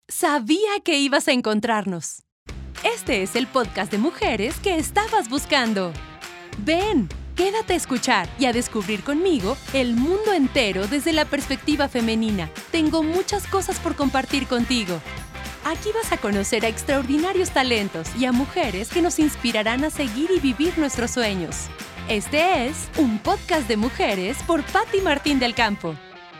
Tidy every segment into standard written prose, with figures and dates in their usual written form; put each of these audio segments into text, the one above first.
Sabía que ibas a encontrarnos. Este es el podcast de mujeres que estabas buscando. Ven, quédate a escuchar y a descubrir conmigo el mundo entero desde la perspectiva femenina. Tengo muchas cosas por compartir contigo. Aquí vas a conocer a extraordinarios talentos y a mujeres que nos inspirarán a seguir y vivir nuestros sueños. Este es un podcast de mujeres por Patti Martín del Campo.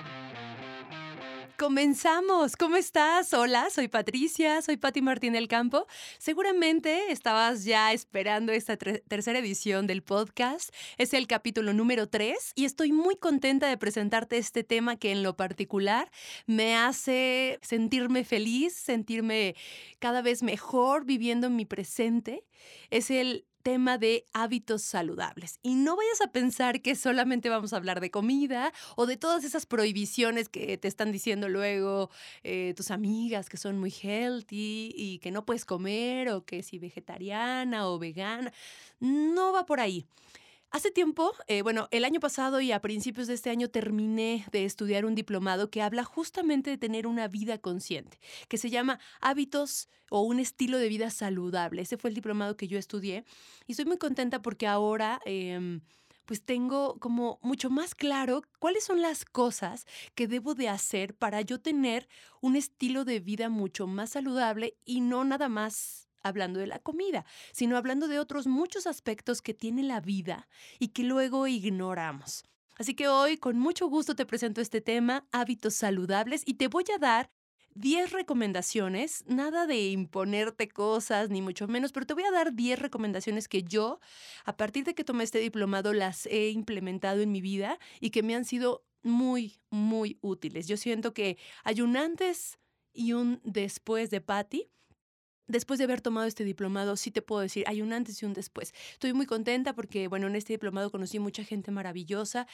Comenzamos. ¿Cómo estás? Hola, soy Patricia, soy Patti Martín del Campo. Seguramente estabas ya esperando esta tercera edición del podcast. Es el capítulo número 3 y estoy muy contenta de presentarte este tema que en lo particular me hace sentirme feliz, sentirme cada vez mejor viviendo en mi presente. Es el tema de hábitos saludables. Y no vayas a pensar que solamente vamos a hablar de comida o de todas esas prohibiciones que te están diciendo luego tus amigas que son muy healthy y que no puedes comer o que si vegetariana o vegana. No va por ahí. Hace tiempo, el año pasado y a principios de este año terminé de estudiar un diplomado que habla justamente de tener una vida consciente, que se llama Hábitos o un estilo de vida saludable. Ese fue el diplomado que yo estudié y estoy muy contenta porque ahora pues tengo como mucho más claro cuáles son las cosas que debo de hacer para yo tener un estilo de vida mucho más saludable y no nada más hablando de la comida, sino hablando de otros muchos aspectos que tiene la vida y que luego ignoramos. Así que hoy, con mucho gusto, te presento este tema, hábitos saludables, y te voy a dar 10 recomendaciones, nada de imponerte cosas, ni mucho menos, pero te voy a dar 10 recomendaciones que yo, a partir de que tomé este diplomado, las he implementado en mi vida y que me han sido muy, muy útiles. Yo siento que hay un antes y un después de Patti. Después de haber tomado este diplomado, sí te puedo decir, hay un antes y un después. Estoy muy contenta porque, en este diplomado conocí mucha gente maravillosa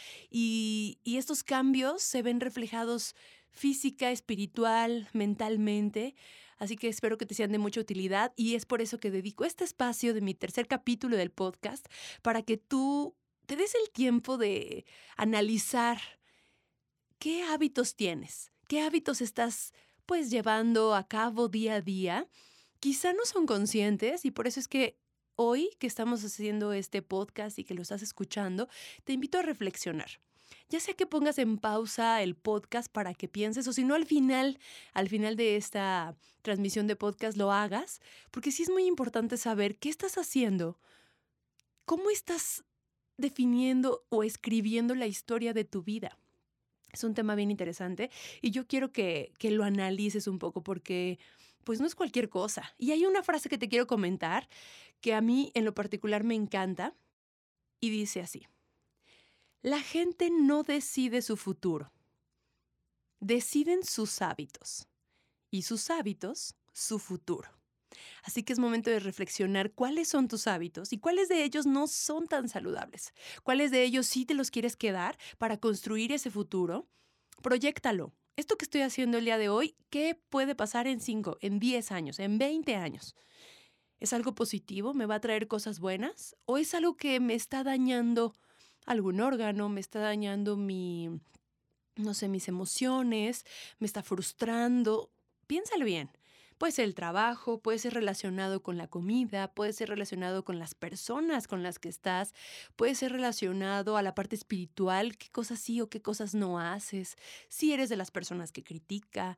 y estos cambios se ven reflejados física, espiritual, mentalmente. Así que espero que te sean de mucha utilidad y es por eso que dedico este espacio de mi tercer capítulo del podcast para que tú te des el tiempo de analizar qué hábitos tienes, qué hábitos estás pues llevando a cabo día a día. Quizá no son conscientes y por eso es que hoy que estamos haciendo este podcast y que lo estás escuchando, te invito a reflexionar. Ya sea que pongas en pausa el podcast para que pienses o si no al final de esta transmisión de podcast lo hagas, porque sí es muy importante saber qué estás haciendo, cómo estás definiendo o escribiendo la historia de tu vida. Es un tema bien interesante y yo quiero que lo analices un poco porque pues no es cualquier cosa. Y hay una frase que te quiero comentar que a mí en lo particular me encanta y dice así: la gente no decide su futuro, deciden sus hábitos y sus hábitos su futuro. Así que es momento de reflexionar cuáles son tus hábitos y cuáles de ellos no son tan saludables. Cuáles de ellos sí te los quieres quedar para construir ese futuro. Proyéctalo. Esto que estoy haciendo el día de hoy, ¿qué puede pasar en 5, en 10 años, en 20 años? ¿Es algo positivo? ¿Me va a traer cosas buenas? ¿O es algo que me está dañando algún órgano? ¿Me está dañando mis emociones? ¿Me está frustrando? Piénsalo bien. Puede ser el trabajo, puede ser relacionado con la comida, puede ser relacionado con las personas con las que estás, puede ser relacionado a la parte espiritual, qué cosas sí o qué cosas no haces, si eres de las personas que critica,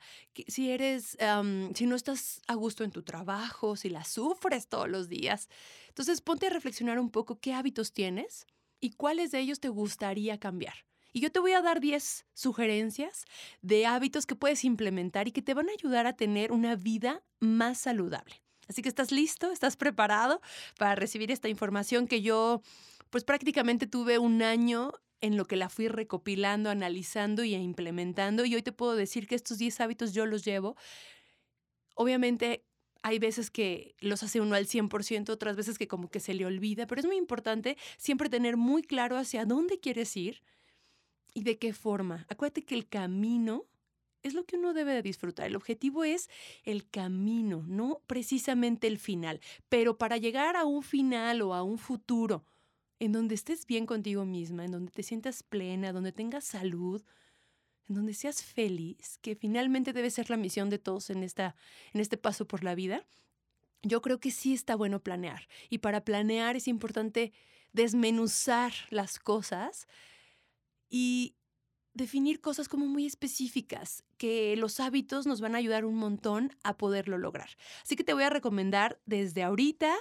si no estás a gusto en tu trabajo, si la sufres todos los días. Entonces ponte a reflexionar un poco qué hábitos tienes y cuáles de ellos te gustaría cambiar. Y yo te voy a dar 10 sugerencias de hábitos que puedes implementar y que te van a ayudar a tener una vida más saludable. Así que ¿estás listo? ¿Estás preparado para recibir esta información que yo, pues prácticamente tuve un año en lo que la fui recopilando, analizando y implementando? Y hoy te puedo decir que estos 10 hábitos yo los llevo. Obviamente hay veces que los hace uno al 100%, otras veces que como que se le olvida, pero es muy importante siempre tener muy claro hacia dónde quieres ir y de qué forma. Acuérdate que el camino es lo que uno debe de disfrutar. El objetivo es el camino, no precisamente el final. Pero para llegar a un final o a un futuro en donde estés bien contigo misma, en donde te sientas plena, donde tengas salud, en donde seas feliz, que finalmente debe ser la misión de todos en este paso por la vida, yo creo que sí está bueno planear. Y para planear es importante desmenuzar las cosas y definir cosas como muy específicas, que los hábitos nos van a ayudar un montón a poderlo lograr. Así que te voy a recomendar desde ahorita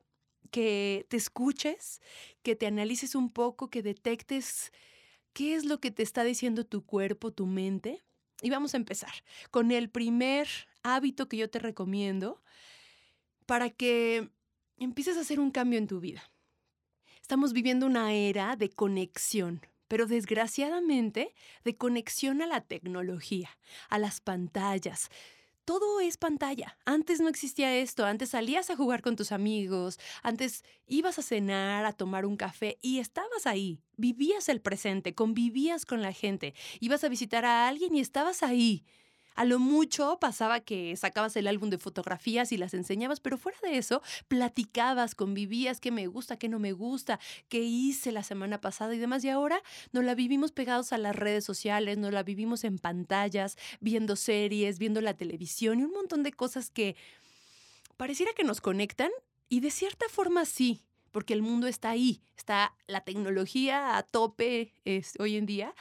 que te escuches, que te analices un poco, que detectes qué es lo que te está diciendo tu cuerpo, tu mente. Y vamos a empezar con el primer hábito que yo te recomiendo para que empieces a hacer un cambio en tu vida. Estamos viviendo una era de conexión, pero desgraciadamente de conexión a la tecnología, a las pantallas. Todo es pantalla. Antes no existía esto. Antes salías a jugar con tus amigos. Antes ibas a cenar, a tomar un café y estabas ahí. Vivías el presente, convivías con la gente. Ibas a visitar a alguien y estabas ahí. A lo mucho pasaba que sacabas el álbum de fotografías y las enseñabas, pero fuera de eso, platicabas, convivías, qué me gusta, qué no me gusta, qué hice la semana pasada y demás. Y ahora nos la vivimos pegados a las redes sociales, nos la vivimos en pantallas, viendo series, viendo la televisión y un montón de cosas que pareciera que nos conectan y de cierta forma sí, porque el mundo está ahí, está la tecnología a tope hoy en día,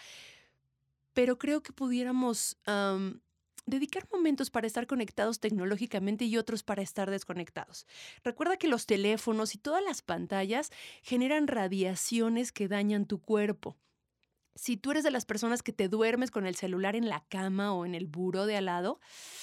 pero creo que pudiéramos dedicar momentos para estar conectados tecnológicamente y otros para estar desconectados. Recuerda que los teléfonos y todas las pantallas generan radiaciones que dañan tu cuerpo. Si tú eres de las personas que te duermes con el celular en la cama o en el buró de al lado,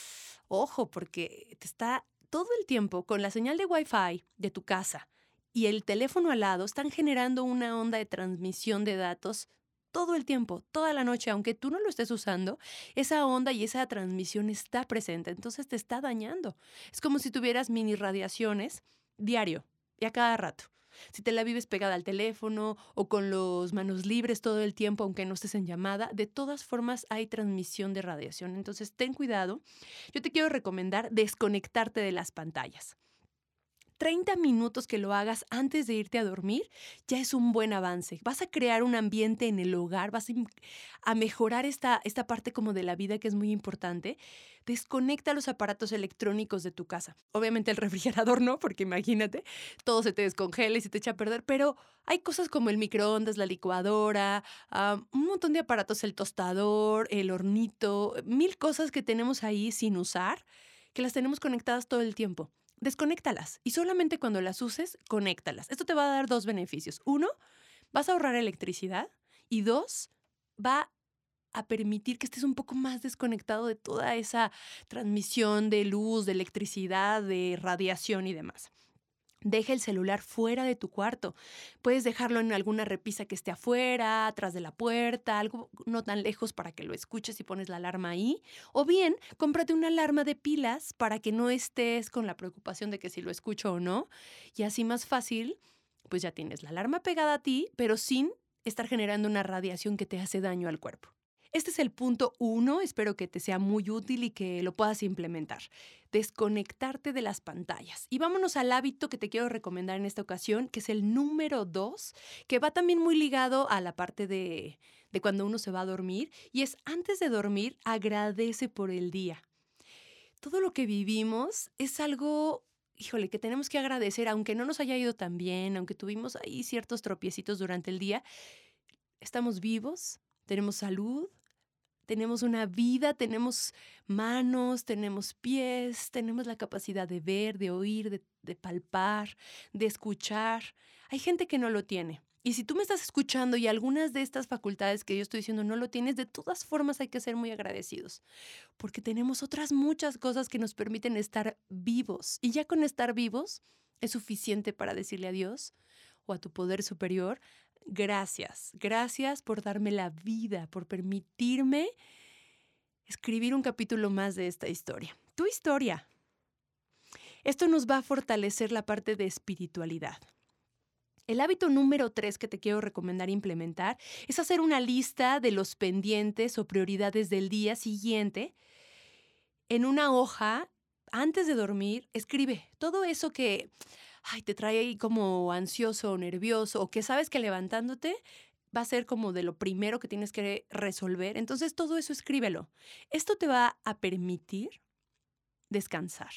ojo, porque te está todo el tiempo con la señal de Wi-Fi de tu casa y el teléfono al lado, están generando una onda de transmisión de datos todo el tiempo, toda la noche, aunque tú no lo estés usando, esa onda y esa transmisión está presente, entonces te está dañando. Es como si tuvieras mini radiaciones diario y a cada rato. Si te la vives pegada al teléfono o con las manos libres todo el tiempo, aunque no estés en llamada, de todas formas hay transmisión de radiación. Entonces, ten cuidado. Yo te quiero recomendar desconectarte de las pantallas. 30 minutos que lo hagas antes de irte a dormir ya es un buen avance. Vas a crear un ambiente en el hogar, a mejorar esta parte como de la vida que es muy importante. Desconecta los aparatos electrónicos de tu casa. Obviamente el refrigerador no, porque imagínate, todo se te descongela y se te echa a perder, pero hay cosas como el microondas, la licuadora, un montón de aparatos, el tostador, el hornito, mil cosas que tenemos ahí sin usar, que las tenemos conectadas todo el tiempo. Desconéctalas y solamente cuando las uses, conéctalas. Esto te va a dar dos beneficios. Uno, vas a ahorrar electricidad y dos, va a permitir que estés un poco más desconectado de toda esa transmisión de luz, de electricidad, de radiación y demás. Deja el celular fuera de tu cuarto. Puedes dejarlo en alguna repisa que esté afuera, atrás de la puerta, algo no tan lejos para que lo escuches y pones la alarma ahí. O bien, cómprate una alarma de pilas para que no estés con la preocupación de que si lo escucho o no. Y así más fácil, pues ya tienes la alarma pegada a ti, pero sin estar generando una radiación que te hace daño al cuerpo. Este es el punto 1, espero que te sea muy útil y que lo puedas implementar. Desconectarte de las pantallas. Y vámonos al hábito que te quiero recomendar en esta ocasión, que es el número 2, que va también muy ligado a la parte de cuando uno se va a dormir, y es antes de dormir, agradece por el día. Todo lo que vivimos es algo, híjole, que tenemos que agradecer, aunque no nos haya ido tan bien, aunque tuvimos ahí ciertos tropiecitos durante el día, estamos vivos, tenemos salud, tenemos una vida, tenemos manos, tenemos pies, tenemos la capacidad de ver, de oír, de palpar, de escuchar. Hay gente que no lo tiene. Y si tú me estás escuchando y algunas de estas facultades que yo estoy diciendo no lo tienes, de todas formas hay que ser muy agradecidos, porque tenemos otras muchas cosas que nos permiten estar vivos. Y ya con estar vivos es suficiente para decirle a Dios o a tu poder superior: gracias, gracias por darme la vida, por permitirme escribir un capítulo más de esta historia. Tu historia. Esto nos va a fortalecer la parte de espiritualidad. El hábito número 3 que te quiero recomendar implementar es hacer una lista de los pendientes o prioridades del día siguiente. En una hoja, antes de dormir, escribe todo eso que te trae ahí como ansioso o nervioso, o que sabes que levantándote va a ser como de lo primero que tienes que resolver. Entonces, todo eso escríbelo. Esto te va a permitir descansar.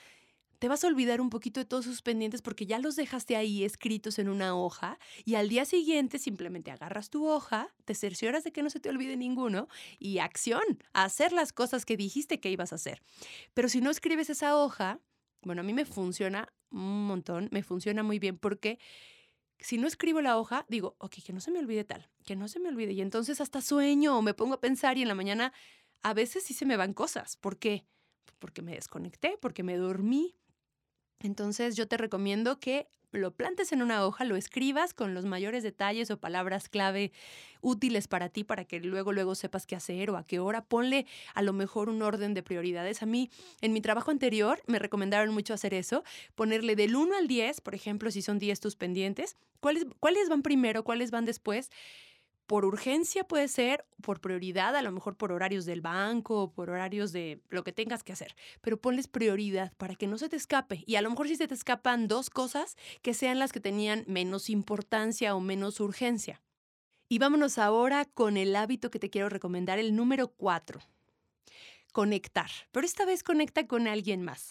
Te vas a olvidar un poquito de todos sus pendientes porque ya los dejaste ahí escritos en una hoja y al día siguiente simplemente agarras tu hoja, te cercioras de que no se te olvide ninguno y acción, a hacer las cosas que dijiste que ibas a hacer. Pero si no escribes esa hoja, bueno, a mí me funciona un montón, me funciona muy bien porque si no escribo la hoja, digo, ok, que no se me olvide tal, que no se me olvide. Y entonces hasta sueño o me pongo a pensar y en la mañana a veces sí se me van cosas. ¿Por qué? Porque me desconecté, porque me dormí. Entonces yo te recomiendo que lo plantes en una hoja, lo escribas con los mayores detalles o palabras clave útiles para ti, para que luego sepas qué hacer o a qué hora. Ponle a lo mejor un orden de prioridades. A mí, en mi trabajo anterior, me recomendaron mucho hacer eso, ponerle del 1 al 10, por ejemplo, si son 10 tus pendientes, cuáles van primero, cuáles van después. Por urgencia puede ser, por prioridad, a lo mejor por horarios del banco, por horarios de lo que tengas que hacer, pero ponles prioridad para que no se te escape. Y a lo mejor si se te escapan 2 cosas, que sean las que tenían menos importancia o menos urgencia. Y vámonos ahora con el hábito que te quiero recomendar, el número 4, conectar. Pero esta vez conecta con alguien más,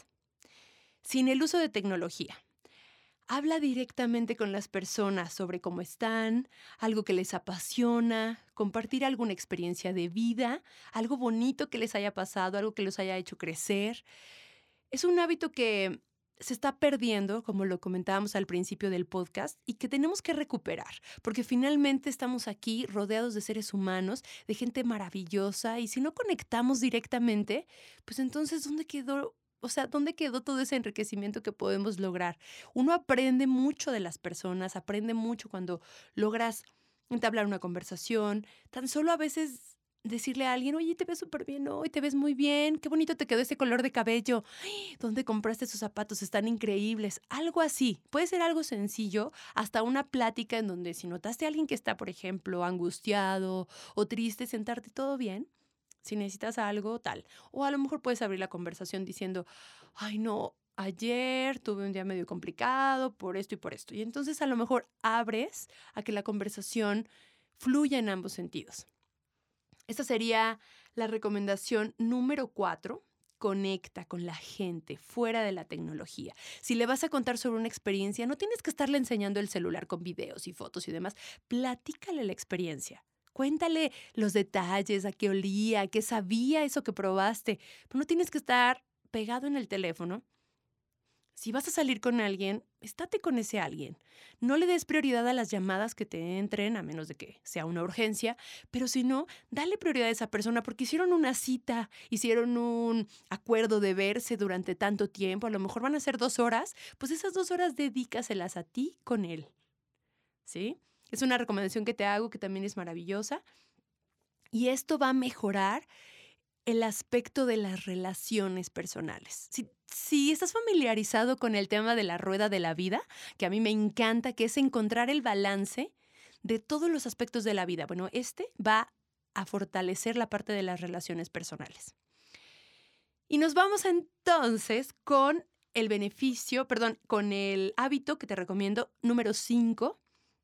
sin el uso de tecnología. Habla directamente con las personas sobre cómo están, algo que les apasiona, compartir alguna experiencia de vida, algo bonito que les haya pasado, algo que los haya hecho crecer. Es un hábito que se está perdiendo, como lo comentábamos al principio del podcast, y que tenemos que recuperar, porque finalmente estamos aquí rodeados de seres humanos, de gente maravillosa, y si no conectamos directamente, pues entonces, ¿dónde quedó? O sea, ¿dónde quedó todo ese enriquecimiento que podemos lograr? Uno aprende mucho de las personas, aprende mucho cuando logras entablar una conversación, tan solo a veces decirle a alguien, oye, te ves súper bien hoy, te ves muy bien, qué bonito te quedó ese color de cabello, ¿dónde compraste esos zapatos? Están increíbles. Algo así, puede ser algo sencillo, hasta una plática en donde si notaste a alguien que está, por ejemplo, angustiado o triste, sentarte todo bien. Si necesitas algo, tal. O a lo mejor puedes abrir la conversación diciendo, ay, no, ayer tuve un día medio complicado por esto y por esto. Y entonces a lo mejor abres a que la conversación fluya en ambos sentidos. Esta sería la recomendación número 4. Conecta con la gente fuera de la tecnología. Si le vas a contar sobre una experiencia, no tienes que estarle enseñando el celular con videos y fotos y demás. Platícale la experiencia. Cuéntale los detalles, a qué olía, a qué sabía eso que probaste. Pero no tienes que estar pegado en el teléfono. Si vas a salir con alguien, estate con ese alguien. No le des prioridad a las llamadas que te entren, a menos de que sea una urgencia, pero si no, dale prioridad a esa persona porque hicieron una cita, hicieron un acuerdo de verse durante tanto tiempo, a lo mejor van a ser 2 horas, pues esas 2 horas dedícaselas a ti con él, ¿sí? Es una recomendación que te hago que también es maravillosa y esto va a mejorar el aspecto de las relaciones personales. Si estás familiarizado con el tema de la rueda de la vida, que a mí me encanta, que es encontrar el balance de todos los aspectos de la vida, bueno, este va a fortalecer la parte de las relaciones personales. Y nos vamos entonces con con el hábito que te recomiendo, número 5.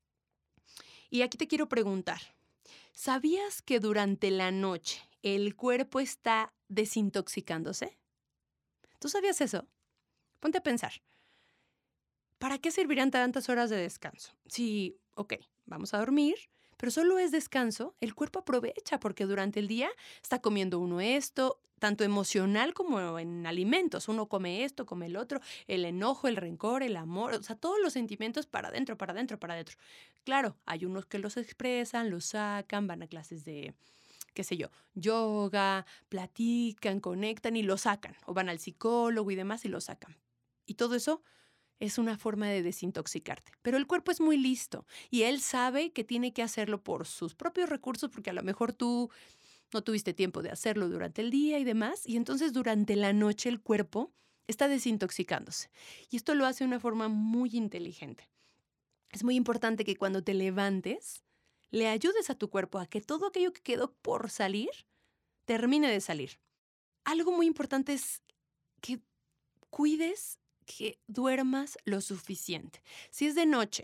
Y aquí te quiero preguntar, ¿sabías que durante la noche el cuerpo está desintoxicándose? ¿Tú sabías eso? Ponte a pensar. ¿Para qué servirían tantas horas de descanso? Sí, ok, vamos a dormir, pero solo es descanso, el cuerpo aprovecha porque durante el día está comiendo uno esto, tanto emocional como en alimentos. Uno come esto, come el otro, el enojo, el rencor, el amor, o sea, todos los sentimientos para adentro, para adentro, para adentro. Claro, hay unos que los expresan, los sacan, van a clases de qué sé yo, yoga, platican, conectan y lo sacan, o van al psicólogo y demás y lo sacan. Y todo eso es una forma de desintoxicarte. Pero el cuerpo es muy listo y él sabe que tiene que hacerlo por sus propios recursos porque a lo mejor tú no tuviste tiempo de hacerlo durante el día y demás, y entonces durante la noche el cuerpo está desintoxicándose. Y esto lo hace de una forma muy inteligente. Es muy importante que cuando te levantes, le ayudes a tu cuerpo a que todo aquello que quedó por salir, termine de salir. Algo muy importante es que cuides que duermas lo suficiente. Si es de noche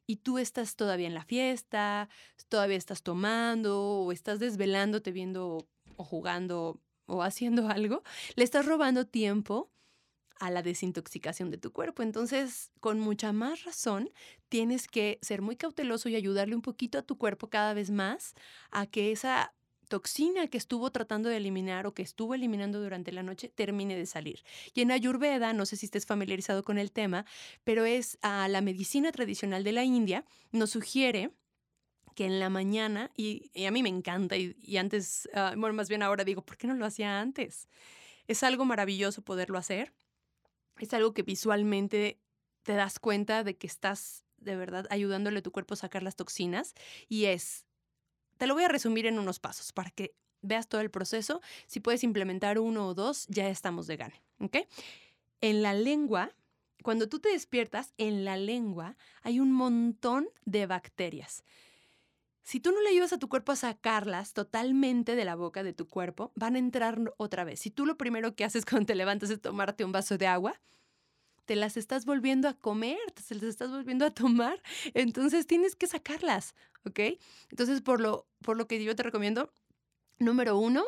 y tú estás todavía en la fiesta, todavía estás tomando o estás desvelándote viendo o jugando o haciendo algo, le estás robando tiempo a la desintoxicación de tu cuerpo. Entonces, con mucha más razón, tienes que ser muy cauteloso y ayudarle un poquito a tu cuerpo cada vez más a que esa toxina que estuvo tratando de eliminar o que estuvo eliminando durante la noche termine de salir. Y en Ayurveda, no sé si estés familiarizado con el tema, pero es la medicina tradicional de la India, nos sugiere que en la mañana, y a mí me encanta, y antes, bueno, más bien ahora digo, ¿por qué no lo hacía antes? Es algo maravilloso poderlo hacer. Es algo que visualmente te das cuenta de que estás de verdad ayudándole a tu cuerpo a sacar las toxinas y te lo voy a resumir en unos pasos para que veas todo el proceso. Si puedes implementar 1 o 2, ya estamos de gane, ¿ok? En la lengua, cuando tú te despiertas, en la lengua hay un montón de bacterias. Si tú no le ayudas a tu cuerpo a sacarlas totalmente de la boca de tu cuerpo, van a entrar otra vez. Si tú lo primero que haces cuando te levantas es tomarte un vaso de agua, te las estás volviendo a comer, te las estás volviendo a tomar, entonces tienes que sacarlas, ¿ok? Entonces, por lo que yo te recomiendo, número 1,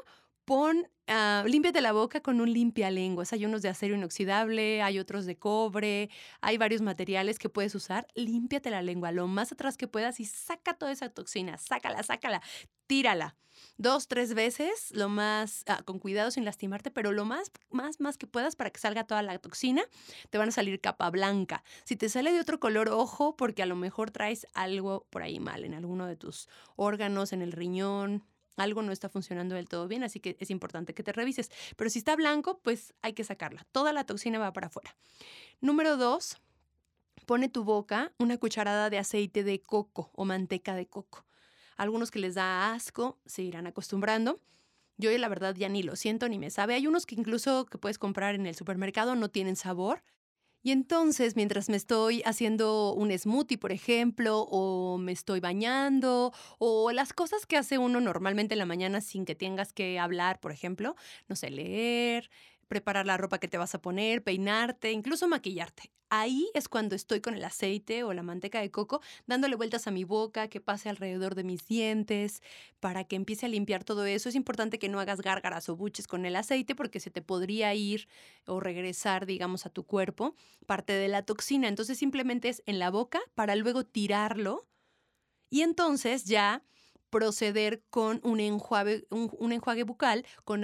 límpiate la boca con un limpialenguas. Hay unos de acero inoxidable, hay otros de cobre, hay varios materiales que puedes usar. Límpiate la lengua lo más atrás que puedas y saca toda esa toxina, sácala, tírala. 2, 3 veces, lo más, con cuidado sin lastimarte, pero lo más que puedas para que salga toda la toxina. Te van a salir capa blanca. Si te sale de otro color, ojo, porque a lo mejor traes algo por ahí mal en alguno de tus órganos, en el riñón. Algo no está funcionando del todo bien, así que es importante que te revises. Pero si está blanco, pues hay que sacarla. Toda la toxina va para afuera. Número 2, pone tu boca una cucharada de aceite de coco o manteca de coco. Algunos que les da asco se irán acostumbrando. Yo la verdad ya ni lo siento ni me sabe. Hay unos que incluso que puedes comprar en el supermercado no tienen sabor. Y entonces, mientras me estoy haciendo un smoothie, por ejemplo, o me estoy bañando, o las cosas que hace uno normalmente en la mañana sin que tengas que hablar, por ejemplo, no sé, leer, preparar la ropa que te vas a poner, peinarte, incluso maquillarte. Ahí es cuando estoy con el aceite o la manteca de coco dándole vueltas a mi boca, que pase alrededor de mis dientes, para que empiece a limpiar todo eso. Es importante que no hagas gárgaras o buches con el aceite porque se te podría ir o regresar, digamos, a tu cuerpo parte de la toxina. Entonces simplemente es en la boca para luego tirarlo y entonces ya proceder con un enjuague bucal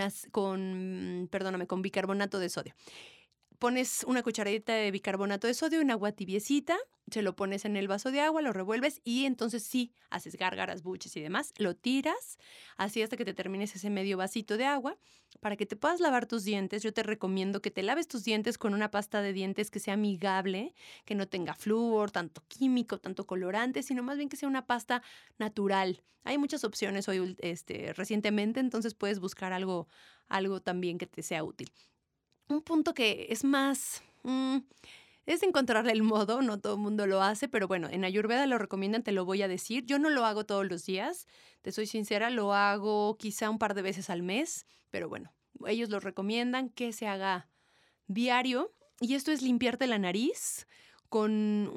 con bicarbonato de sodio. Pones una cucharadita de bicarbonato de sodio en agua tibiecita, se lo pones en el vaso de agua, lo revuelves y entonces sí, haces gárgaras, buches y demás, lo tiras así hasta que te termines ese medio vasito de agua. Para que te puedas lavar tus dientes, yo te recomiendo que te laves tus dientes con una pasta de dientes que sea amigable, que no tenga flúor, tanto químico, tanto colorante, sino más bien que sea una pasta natural. Hay muchas opciones hoy recientemente, entonces puedes buscar algo también que te sea útil. Un punto que es más, es encontrarle el modo, no todo el mundo lo hace, pero bueno, en Ayurveda lo recomiendan, te lo voy a decir. Yo no lo hago todos los días, te soy sincera, lo hago quizá un par de veces al mes, pero bueno, ellos lo recomiendan que se haga diario. Y esto es limpiarte la nariz con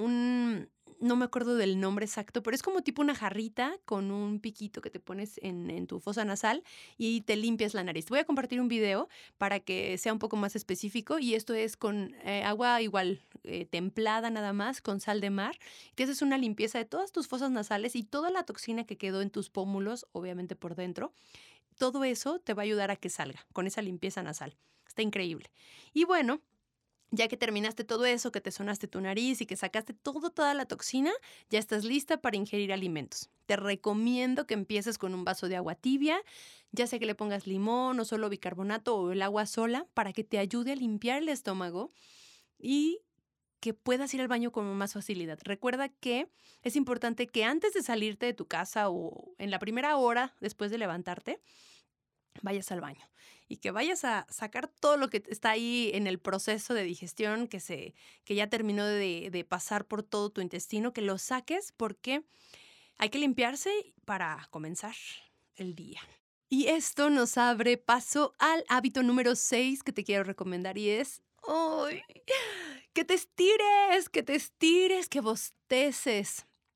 no me acuerdo del nombre exacto, pero es como tipo una jarrita con un piquito que te pones en tu fosa nasal y te limpias la nariz. Voy a compartir un video para que sea un poco más específico y esto es con agua igual templada nada más, con sal de mar. Te haces una limpieza de todas tus fosas nasales y toda la toxina que quedó en tus pómulos, obviamente por dentro. Todo eso te va a ayudar a que salga con esa limpieza nasal. Está increíble. Y bueno, ya que terminaste todo eso, que te sonaste tu nariz y que sacaste toda la toxina, ya estás lista para ingerir alimentos. Te recomiendo que empieces con un vaso de agua tibia, ya sea que le pongas limón o solo bicarbonato o el agua sola para que te ayude a limpiar el estómago y que puedas ir al baño con más facilidad. Recuerda que es importante que antes de salirte de tu casa o en la primera hora después de levantarte, vayas al baño y que vayas a sacar todo lo que está ahí en el proceso de digestión que ya terminó de pasar por todo tu intestino, que lo saques porque hay que limpiarse para comenzar el día. Y esto nos abre paso al hábito número 6 que te quiero recomendar y es ¡ay! Que te estires, que bosteces.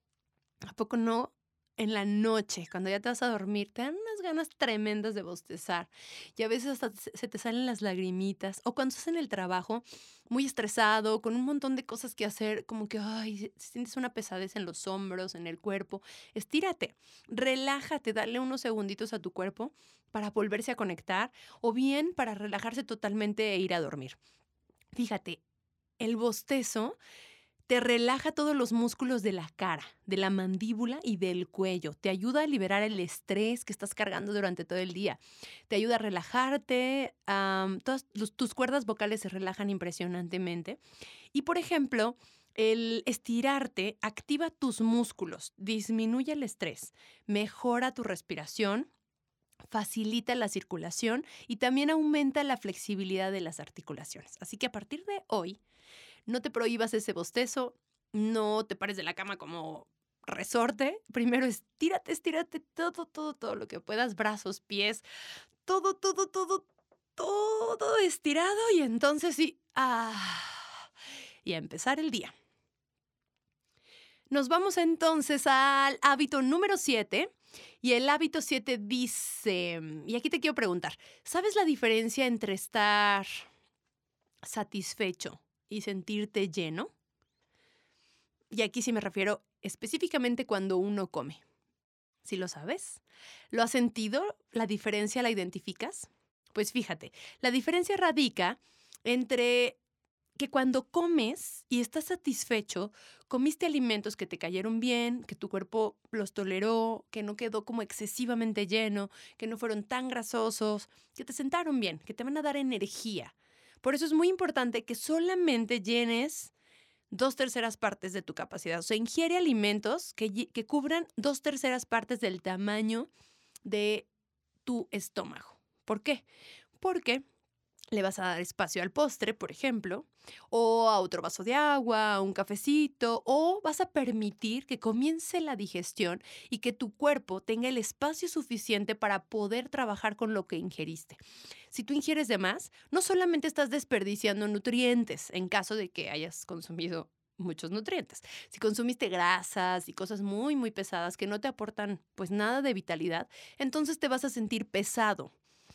¿A poco no? En la noche, cuando ya te vas a dormir, te dan unas ganas tremendas de bostezar y a veces hasta se te salen las lagrimitas. O cuando estás en el trabajo, muy estresado, con un montón de cosas que hacer, como que, ay, sientes una pesadez en los hombros, en el cuerpo. Estírate, relájate, dale unos segunditos a tu cuerpo para volverse a conectar o bien para relajarse totalmente e ir a dormir. Fíjate, el bostezo te relaja todos los músculos de la cara, de la mandíbula y del cuello. Te ayuda a liberar el estrés que estás cargando durante todo el día. Te ayuda a relajarte. Todas tus cuerdas vocales se relajan impresionantemente. Y, por ejemplo, el estirarte activa tus músculos, disminuye el estrés, mejora tu respiración, facilita la circulación y también aumenta la flexibilidad de las articulaciones. Así que a partir de hoy, no te prohíbas ese bostezo, no te pares de la cama como resorte. Primero estírate todo lo que puedas, brazos, pies, todo estirado y entonces sí, y a empezar el día. Nos vamos entonces al hábito número 7 y el hábito 7 dice, y aquí te quiero preguntar, ¿sabes la diferencia entre estar satisfecho y sentirte lleno? Y aquí sí me refiero específicamente cuando uno come. ¿Sí lo sabes? ¿Lo has sentido? ¿La diferencia la identificas? Pues fíjate, la diferencia radica entre que cuando comes y estás satisfecho, comiste alimentos que te cayeron bien, que tu cuerpo los toleró, que no quedó como excesivamente lleno, que no fueron tan grasosos, que te sentaron bien, que te van a dar energía. Por eso es muy importante que solamente llenes 2/3 partes de tu capacidad. O sea, ingiere alimentos que cubran 2/3 partes del tamaño de tu estómago. ¿Por qué? Porque le vas a dar espacio al postre, por ejemplo, o a otro vaso de agua, a un cafecito, o vas a permitir que comience la digestión y que tu cuerpo tenga el espacio suficiente para poder trabajar con lo que ingeriste. Si tú ingieres de más, no solamente estás desperdiciando nutrientes en caso de que hayas consumido muchos nutrientes. Si consumiste grasas y cosas muy, muy pesadas que no te aportan pues nada de vitalidad, entonces te vas a sentir pesado.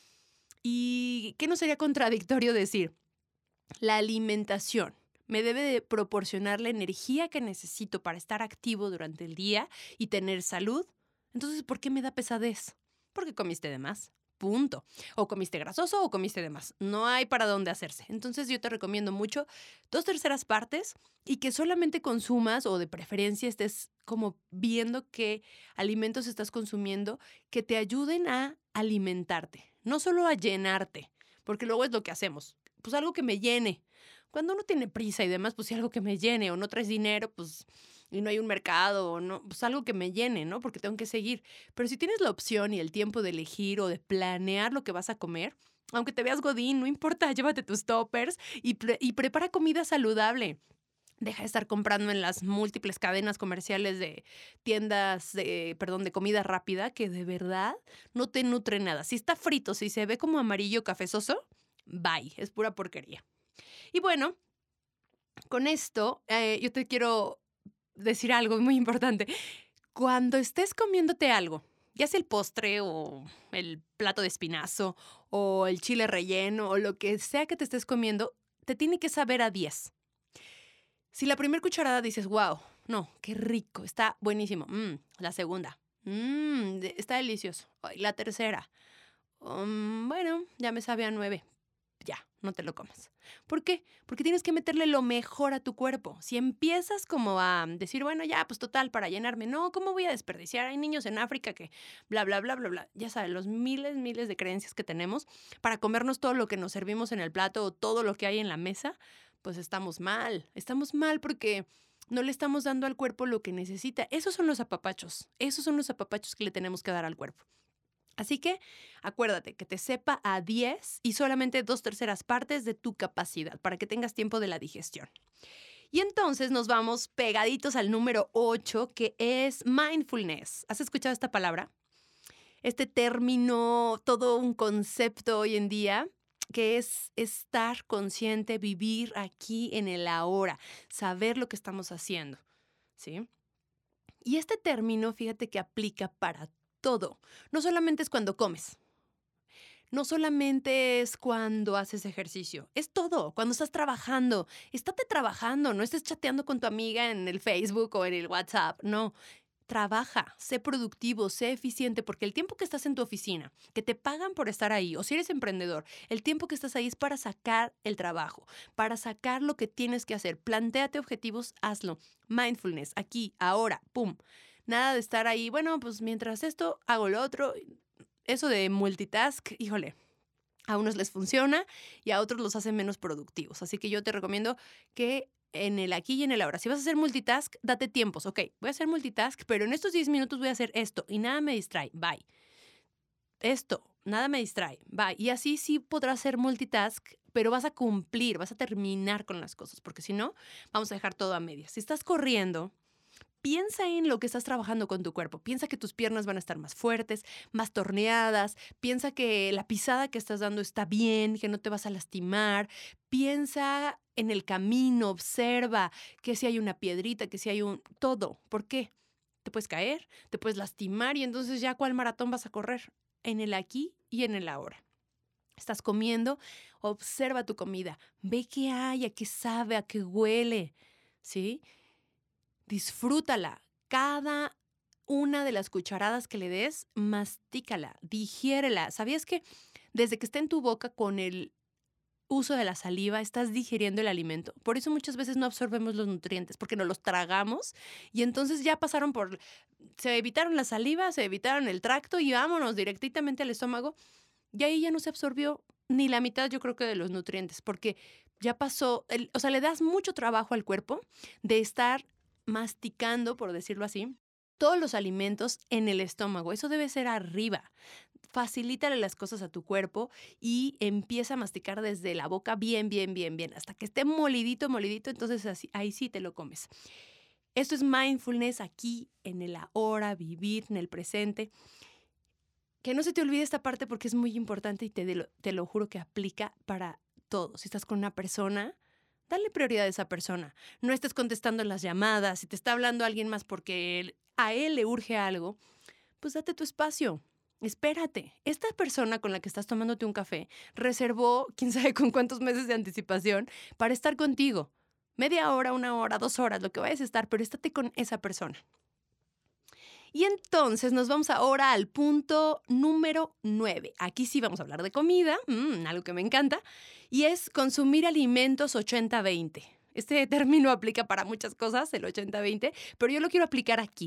¿Y qué no sería contradictorio decir? La alimentación me debe de proporcionar la energía que necesito para estar activo durante el día y tener salud. Entonces, ¿por qué me da pesadez? Porque comiste de más. Punto. O comiste grasoso o comiste de más. No hay para dónde hacerse. Entonces yo te recomiendo mucho 2/3 partes y que solamente consumas o de preferencia estés como viendo qué alimentos estás consumiendo que te ayuden a alimentarte, no solo a llenarte, porque luego es lo que hacemos. Pues algo que me llene. Cuando uno tiene prisa y demás, pues sí, algo que me llene, o no traes dinero, pues, y no hay un mercado, o no, pues algo que me llene, ¿no? Porque tengo que seguir. Pero si tienes la opción y el tiempo de elegir o de planear lo que vas a comer, aunque te veas godín, no importa, llévate tus toppers y prepara comida saludable. Deja de estar comprando en las múltiples cadenas comerciales de tiendas de comida rápida que de verdad no te nutre nada. Si está frito, si se ve como amarillo cafezoso, bye, es pura porquería. Y bueno, con esto yo te quiero decir algo muy importante. Cuando estés comiéndote algo, ya sea el postre o el plato de espinazo o el chile relleno o lo que sea que te estés comiendo, te tiene que saber a 10. Si la primera cucharada dices, wow, no, qué rico, está buenísimo. La segunda, está delicioso. Ay, la tercera, bueno, ya me sabe a 9. Ya, no te lo comas. ¿Por qué? Porque tienes que meterle lo mejor a tu cuerpo. Si empiezas como a decir, bueno, ya, pues total, para llenarme. No, ¿cómo voy a desperdiciar? Hay niños en África que bla, bla, bla, bla, bla. Ya sabes, los miles de creencias que tenemos para comernos todo lo que nos servimos en el plato o todo lo que hay en la mesa, pues estamos mal. Estamos mal porque no le estamos dando al cuerpo lo que necesita. Esos son los apapachos. Esos son los apapachos que le tenemos que dar al cuerpo. Así que acuérdate que te sepa a 10 y solamente 2/3 partes de tu capacidad para que tengas tiempo de la digestión. Y entonces nos vamos pegaditos al número 8, que es mindfulness. ¿Has escuchado esta palabra? Este término, todo un concepto hoy en día que es estar consciente, vivir aquí en el ahora, saber lo que estamos haciendo, ¿sí? Y este término, fíjate que aplica para todo. No solamente es cuando comes. No solamente es cuando haces ejercicio, es todo. Cuando estás trabajando, estate trabajando, no estés chateando con tu amiga en el Facebook o en el WhatsApp, no. Trabaja, sé productivo, sé eficiente, porque el tiempo que estás en tu oficina, que te pagan por estar ahí, o si eres emprendedor, el tiempo que estás ahí es para sacar el trabajo, para sacar lo que tienes que hacer. Plantéate objetivos, hazlo. Mindfulness, aquí, ahora, pum. Nada de estar ahí, bueno, pues mientras esto, hago lo otro. Eso de multitask, híjole, a unos les funciona y a otros los hace menos productivos. Así que yo te recomiendo que en el aquí y en el ahora, si vas a hacer multitask, date tiempos. Ok, voy a hacer multitask, pero en estos 10 minutos voy a hacer esto y nada me distrae. Bye. Esto, nada me distrae. Bye. Y así sí podrás hacer multitask, pero vas a cumplir, vas a terminar con las cosas, porque si no, vamos a dejar todo a medias. Si estás corriendo, piensa en lo que estás trabajando con tu cuerpo. Piensa que tus piernas van a estar más fuertes, más torneadas. Piensa que la pisada que estás dando está bien, que no te vas a lastimar. Piensa en el camino, observa que si hay una piedrita, que si hay un... todo. ¿Por qué? Te puedes caer, te puedes lastimar y entonces ya ¿cuál maratón vas a correr? En el aquí y en el ahora. Estás comiendo, observa tu comida. Ve qué hay, a qué sabe, a qué huele. ¿Sí? Disfrútala. Cada una de las cucharadas que le des, mastícala, digiérela. ¿Sabías que desde que está en tu boca con el uso de la saliva estás digiriendo el alimento? Por eso muchas veces no absorbemos los nutrientes, porque nos los tragamos y entonces ya pasaron por... Se evitaron la saliva, se evitaron el tracto y vámonos directamente al estómago. Y ahí ya no se absorbió ni la mitad, yo creo que de los nutrientes, porque ya pasó, o sea, le das mucho trabajo al cuerpo de estar masticando, por decirlo así, todos los alimentos en el estómago. Eso debe ser arriba. Facilítale las cosas a tu cuerpo y empieza a masticar desde la boca bien, bien, bien, bien, hasta que esté molidito, molidito, entonces así, ahí sí te lo comes. Esto es mindfulness aquí, en el ahora, vivir en el presente. Que no se te olvide esta parte porque es muy importante y te lo juro que aplica para todo. Si estás con una persona, dale prioridad a esa persona. No estés contestando las llamadas. Si te está hablando alguien más porque a él le urge algo, pues date tu espacio. Espérate. Esta persona con la que estás tomándote un café reservó quién sabe con cuántos meses de anticipación para estar contigo. Media hora, 1 hora, 2 horas, lo que vayas a estar, pero estate con esa persona. Y entonces nos vamos ahora al punto número 9. Aquí sí vamos a hablar de comida, algo que me encanta, y es consumir alimentos 80-20. Este término aplica para muchas cosas, el 80-20, pero yo lo quiero aplicar aquí.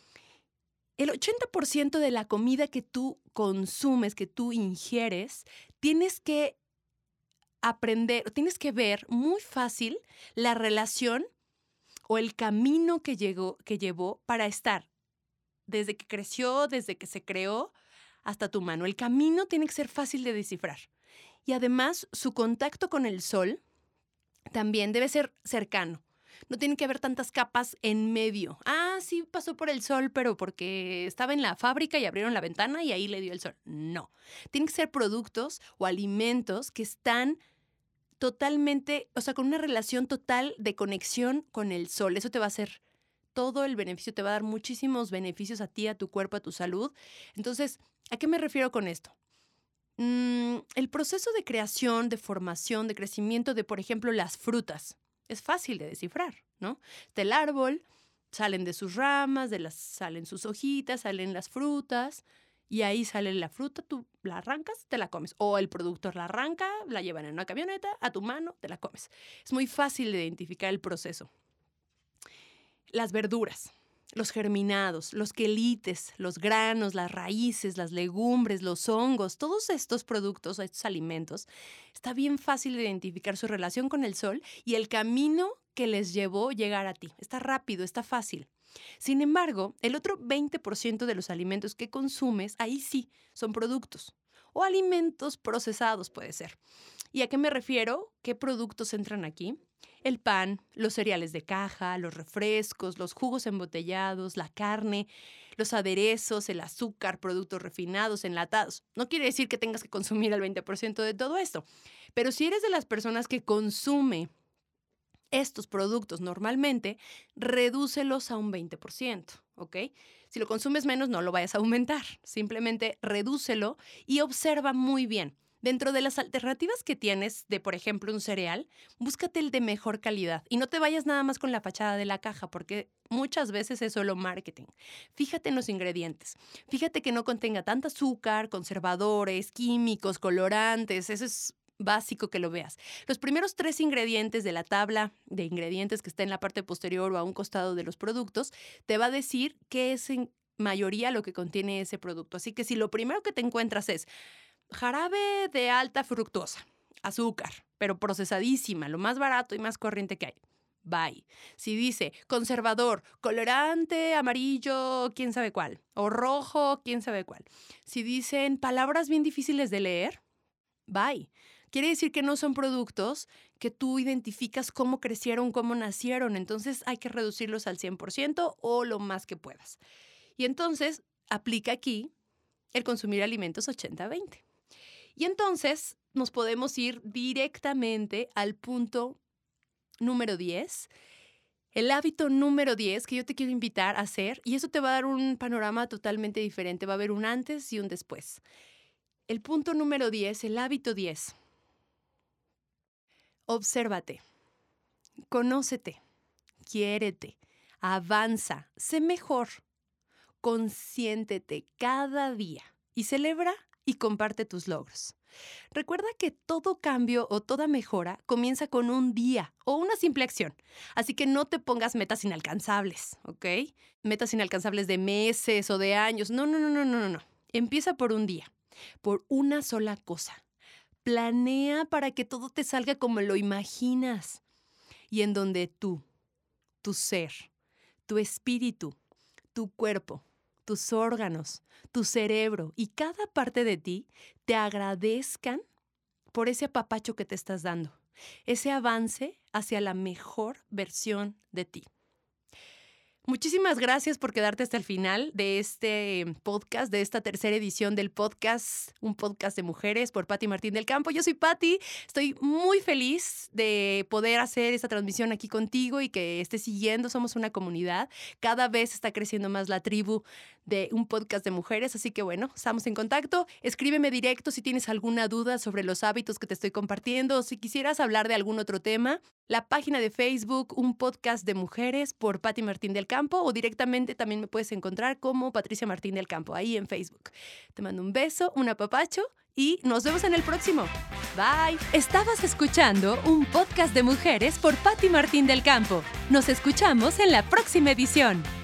El 80% de la comida que tú consumes, que tú ingieres, tienes que aprender, tienes que ver muy fácil la relación o el camino que llevó para estar desde que creció, desde que se creó, hasta tu mano. El camino tiene que ser fácil de descifrar. Y además, su contacto con el sol también debe ser cercano. No tiene que haber tantas capas en medio. Ah, sí pasó por el sol, pero porque estaba en la fábrica y abrieron la ventana y ahí le dio el sol. No. Tienen que ser productos o alimentos que están totalmente, o sea, con una relación total de conexión con el sol. Eso te va a hacer todo el beneficio, te va a dar muchísimos beneficios a ti, a tu cuerpo, a tu salud. Entonces, ¿a qué me refiero con esto? El proceso de creación, de formación, de crecimiento de, por ejemplo, las frutas, es fácil de descifrar, ¿no? Del árbol, salen de sus ramas, salen sus hojitas, salen las frutas, y ahí sale la fruta, tú la arrancas, te la comes. O el productor la arranca, la llevan en una camioneta, a tu mano, te la comes. Es muy fácil de identificar el proceso. Las verduras, los germinados, los quelites, los granos, las raíces, las legumbres, los hongos, todos estos productos, estos alimentos, está bien fácil de identificar su relación con el sol y el camino que les llevó llegar a ti. Está rápido, está fácil. Sin embargo, el otro 20% de los alimentos que consumes, ahí sí, son productos o alimentos procesados puede ser. ¿Y a qué me refiero? ¿Qué productos entran aquí? El pan, los cereales de caja, los refrescos, los jugos embotellados, la carne, los aderezos, el azúcar, productos refinados, enlatados. No quiere decir que tengas que consumir el 20% de todo esto, pero si eres de las personas que consume estos productos normalmente, redúcelos a un 20%, ¿ok? Si lo consumes menos, no lo vayas a aumentar. Simplemente redúcelo y observa muy bien. Dentro de las alternativas que tienes de, por ejemplo, un cereal, búscate el de mejor calidad y no te vayas nada más con la fachada de la caja porque muchas veces es solo marketing. Fíjate en los ingredientes. Fíjate que no contenga tanto azúcar, conservadores, químicos, colorantes. Eso es básico que lo veas. Los primeros 3 ingredientes de la tabla de ingredientes que está en la parte posterior o a un costado de los productos te va a decir qué es en mayoría lo que contiene ese producto. Así que si lo primero que te encuentras es jarabe de alta fructosa, azúcar, pero procesadísima, lo más barato y más corriente que hay. Bye. Si dice conservador, colorante, amarillo, quién sabe cuál, o rojo, quién sabe cuál. Si dicen palabras bien difíciles de leer, bye. Quiere decir que no son productos que tú identificas cómo crecieron, cómo nacieron. Entonces hay que reducirlos al 100% o lo más que puedas. Y entonces aplica aquí el consumir alimentos 80-20. Y entonces nos podemos ir directamente al punto número 10, el hábito número 10 que yo te quiero invitar a hacer, y eso te va a dar un panorama totalmente diferente, va a haber un antes y un después. El punto número 10, el hábito 10. Obsérvate, conócete, quiérete, avanza, sé mejor, consiéntete cada día y celebra y comparte tus logros. Recuerda que todo cambio o toda mejora comienza con un día o una simple acción. Así que no te pongas metas inalcanzables, ¿ok? Metas inalcanzables de meses o de años. No. Empieza por un día, por una sola cosa. Planea para que todo te salga como lo imaginas y en donde tú, tu ser, tu espíritu, tu cuerpo, tus órganos, tu cerebro y cada parte de ti te agradezcan por ese apapacho que te estás dando, ese avance hacia la mejor versión de ti. Muchísimas gracias por quedarte hasta el final de este podcast, de esta tercera edición del podcast, un podcast de mujeres por Pati Martín del Campo. Yo soy Pati, estoy muy feliz de poder hacer esta transmisión aquí contigo y que estés siguiendo. Somos una comunidad, cada vez está creciendo más la tribu de un podcast de mujeres, así que bueno, estamos en contacto. Escríbeme directo si tienes alguna duda sobre los hábitos que te estoy compartiendo o si quisieras hablar de algún otro tema. La página de Facebook, un podcast de mujeres por Pati Martín del Campo, o directamente también me puedes encontrar como Patricia Martín del Campo, ahí en Facebook. Te mando un beso, un apapacho y nos vemos en el próximo. Bye. Estabas escuchando un podcast de mujeres por Pati Martín del Campo. Nos escuchamos en la próxima edición.